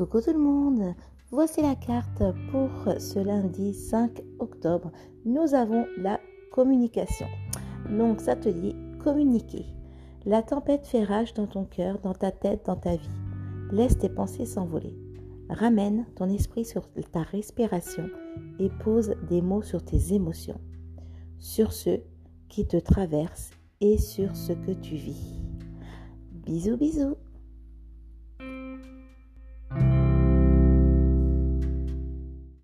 Coucou tout le monde, voici la carte pour ce lundi 5 octobre. Nous avons la communication. Donc ça te dit communiquer. La tempête fait rage dans ton cœur, dans ta tête, dans ta vie. Laisse tes pensées s'envoler. Ramène ton esprit sur ta respiration et pose des mots sur tes émotions, sur ceux qui te traversent et sur ce que tu vis. Bisous bisous.